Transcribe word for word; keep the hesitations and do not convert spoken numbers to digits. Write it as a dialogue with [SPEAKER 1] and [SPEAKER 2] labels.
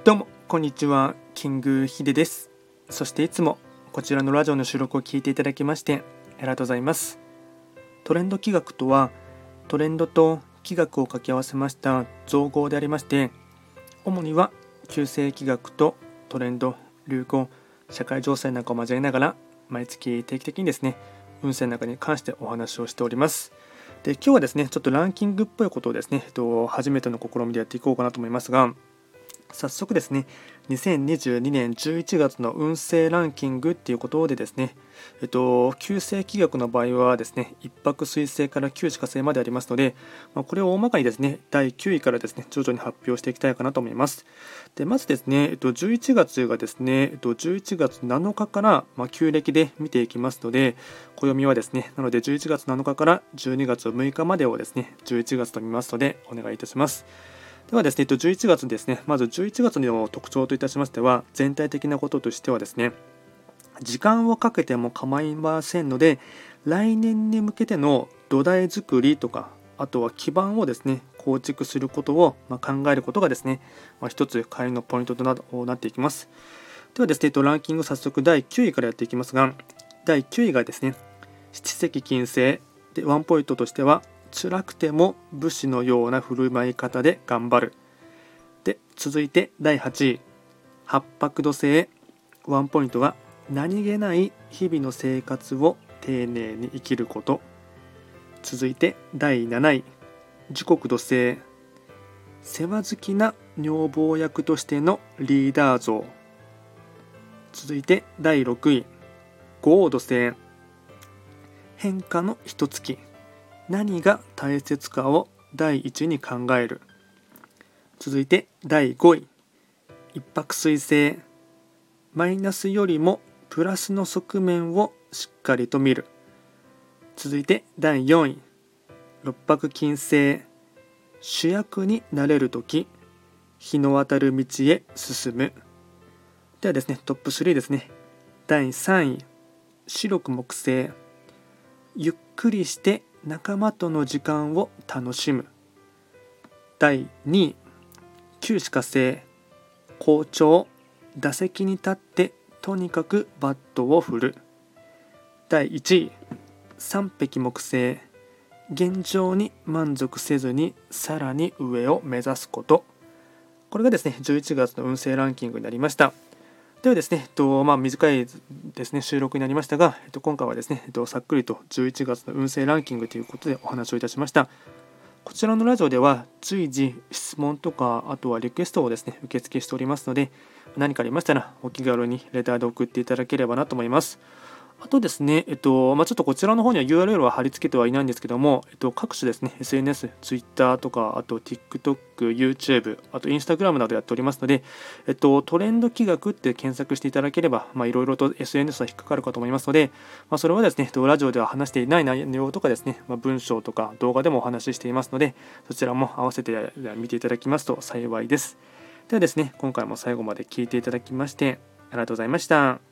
[SPEAKER 1] どうもこんにちは、キングヒデです。そしていつもこちらのラジオの収録を聞いていただきましてありがとうございます。トレンド企画とは、トレンドと企画を掛け合わせました造語でありまして、主には旧世企画とトレンド、流行、社会情勢なんかを交えながら毎月定期的にですね、運勢の中に関してお話をしております。で、今日はですね、ちょっとランキングっぽいことをですね、えっと、初めての試みでやっていこうかなと思いますが、早速ですね、にせんにじゅうにねんじゅういちがつの運勢ランキングっていうことでですね、えっと、旧世紀学の場合はですね、いっぱく水星から旧歯科星までありますので、まあ、これを大まかにですね、だいきゅういからですね、徐々に発表していきたいかなと思います。で、まずですね、えっと、じゅういちがつがですね、えっと、じゅういちがつなのかから、まあ、旧暦で見ていきますので、暦はですね、なのでじゅういちがつなのかからじゅうにがつむいかまでをですね、じゅういちがつと見ますので、お願いいたします。ではですね、じゅういちがつですね、まずじゅういちがつの特徴といたしましては、全体的なこととしてはですね、時間をかけても構いませんので、来年に向けての土台作りとか、あとは基盤をですね、構築することをま考えることがですね、まあ、一つ会員のポイントと な, なっていきます。ではですね、ランキング早速だいきゅういからやっていきますが、だいきゅういがですね、七石金星で、ワンポイントとしては、辛くても武士のような振る舞い方で頑張る。で、続いてだいはちい、八白土星。ワンポイントは、何気ない日々の生活を丁寧に生きること。続いてだいなない、時刻土星。世話好きな女房役としてのリーダー像。続いてだいろくい、豪土星。変化の一月。何が大切かを第一に考える。続いてだいごい、一泊水星。マイナスよりもプラスの側面をしっかりと見る。続いてだいよんい、六白金星。主役になれるとき、日の当たる道へ進む。ではですね、トップスリーですね。だいさんい、白く木星。ゆっくりして仲間との時間を楽しむ。だいにい、旧歯科星。好調。打席に立ってとにかくバットを振る。だいいちい、三匹木星。現状に満足せずにさらに上を目指すこと。これがですね、じゅういちがつの運勢ランキングになりました。ではですね、えっとまあ、短いですね収録になりましたが、えっと、今回はですね、えっと、さっくりとじゅういちがつの運勢ランキングということでお話をいたしました。こちらのラジオでは随時質問とか、あとはリクエストをですね受付しておりますので、何かありましたらお気軽にレターで送っていただければなと思います。あとですね、えっとまあ、ちょっとこちらの方には ユーアールエル は貼り付けてはいないんですけども、えっと、各種ですね エスエヌエス、Twitter とか、あと TikTok、YouTube、あと Instagram などやっておりますので、えっと、トレンド企画って検索していただければ、まあ、いろいろと エスエヌエス は引っかかるかと思いますので、まあ、それはですね、ラジオでは話していない内容とかですね、まあ、文章とか動画でもお話ししていますので、そちらも合わせて見ていただきますと幸いです。ではですね、今回も最後まで聞いていただきましてありがとうございました。